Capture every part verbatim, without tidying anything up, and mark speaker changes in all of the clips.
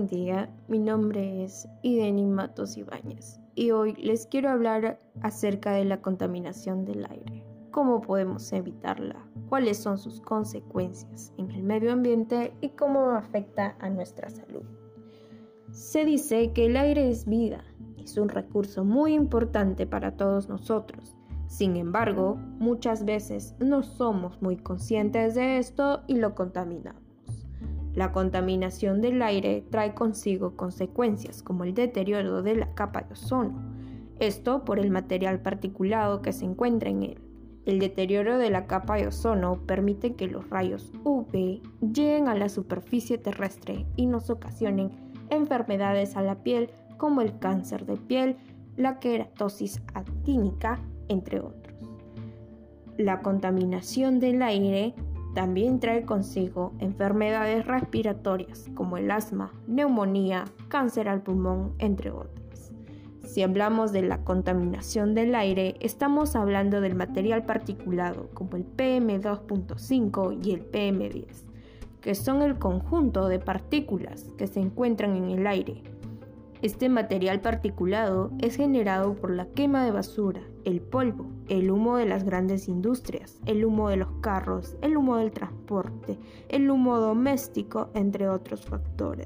Speaker 1: buen día, mi nombre es Ideni Matos Ibáñez y hoy les quiero hablar acerca de la contaminación del aire, cómo podemos evitarla, cuáles son sus consecuencias en el medio ambiente y cómo afecta a nuestra salud. Se dice que el aire es vida, es un recurso muy importante para todos nosotros. Sin embargo, muchas veces no somos muy conscientes de esto y lo contaminamos. La contaminación del aire trae consigo consecuencias como el deterioro de la capa de ozono, esto por el material particulado que se encuentra en él. El deterioro de la capa de ozono permite que los rayos U V lleguen a la superficie terrestre y nos ocasionen enfermedades a la piel como el cáncer de piel, la queratosis actínica, entre otros. La contaminación del aire también trae consigo enfermedades respiratorias como el asma, neumonía, cáncer al pulmón, entre otras. Si hablamos de la contaminación del aire, estamos hablando del material particulado como el P M dos punto cinco y el P M diez, que son el conjunto de partículas que se encuentran en el aire. Este material particulado es generado por la quema de basura, el polvo, el humo de las grandes industrias, el humo de los carros, el humo del transporte, el humo doméstico, entre otros factores.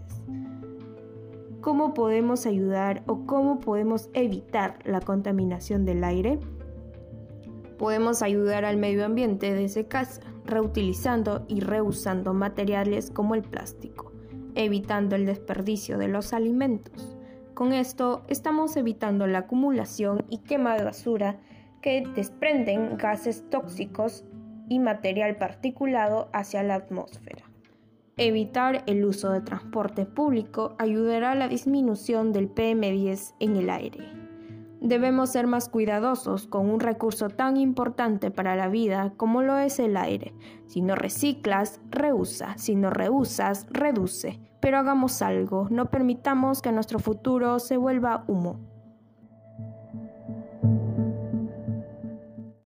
Speaker 1: ¿Cómo podemos ayudar o cómo podemos evitar la contaminación del aire? Podemos ayudar al medio ambiente desde casa, reutilizando y reusando materiales como el plástico, evitando el desperdicio de los alimentos. Con esto estamos evitando la acumulación y quema de basura que desprenden gases tóxicos y material particulado hacia la atmósfera. Evitar el uso de transporte público ayudará a la disminución del P M diez en el aire. Debemos ser más cuidadosos con un recurso tan importante para la vida como lo es el aire. Si no reciclas, reusa. Si no reusas, reduce. Pero hagamos algo, no permitamos que nuestro futuro se vuelva humo.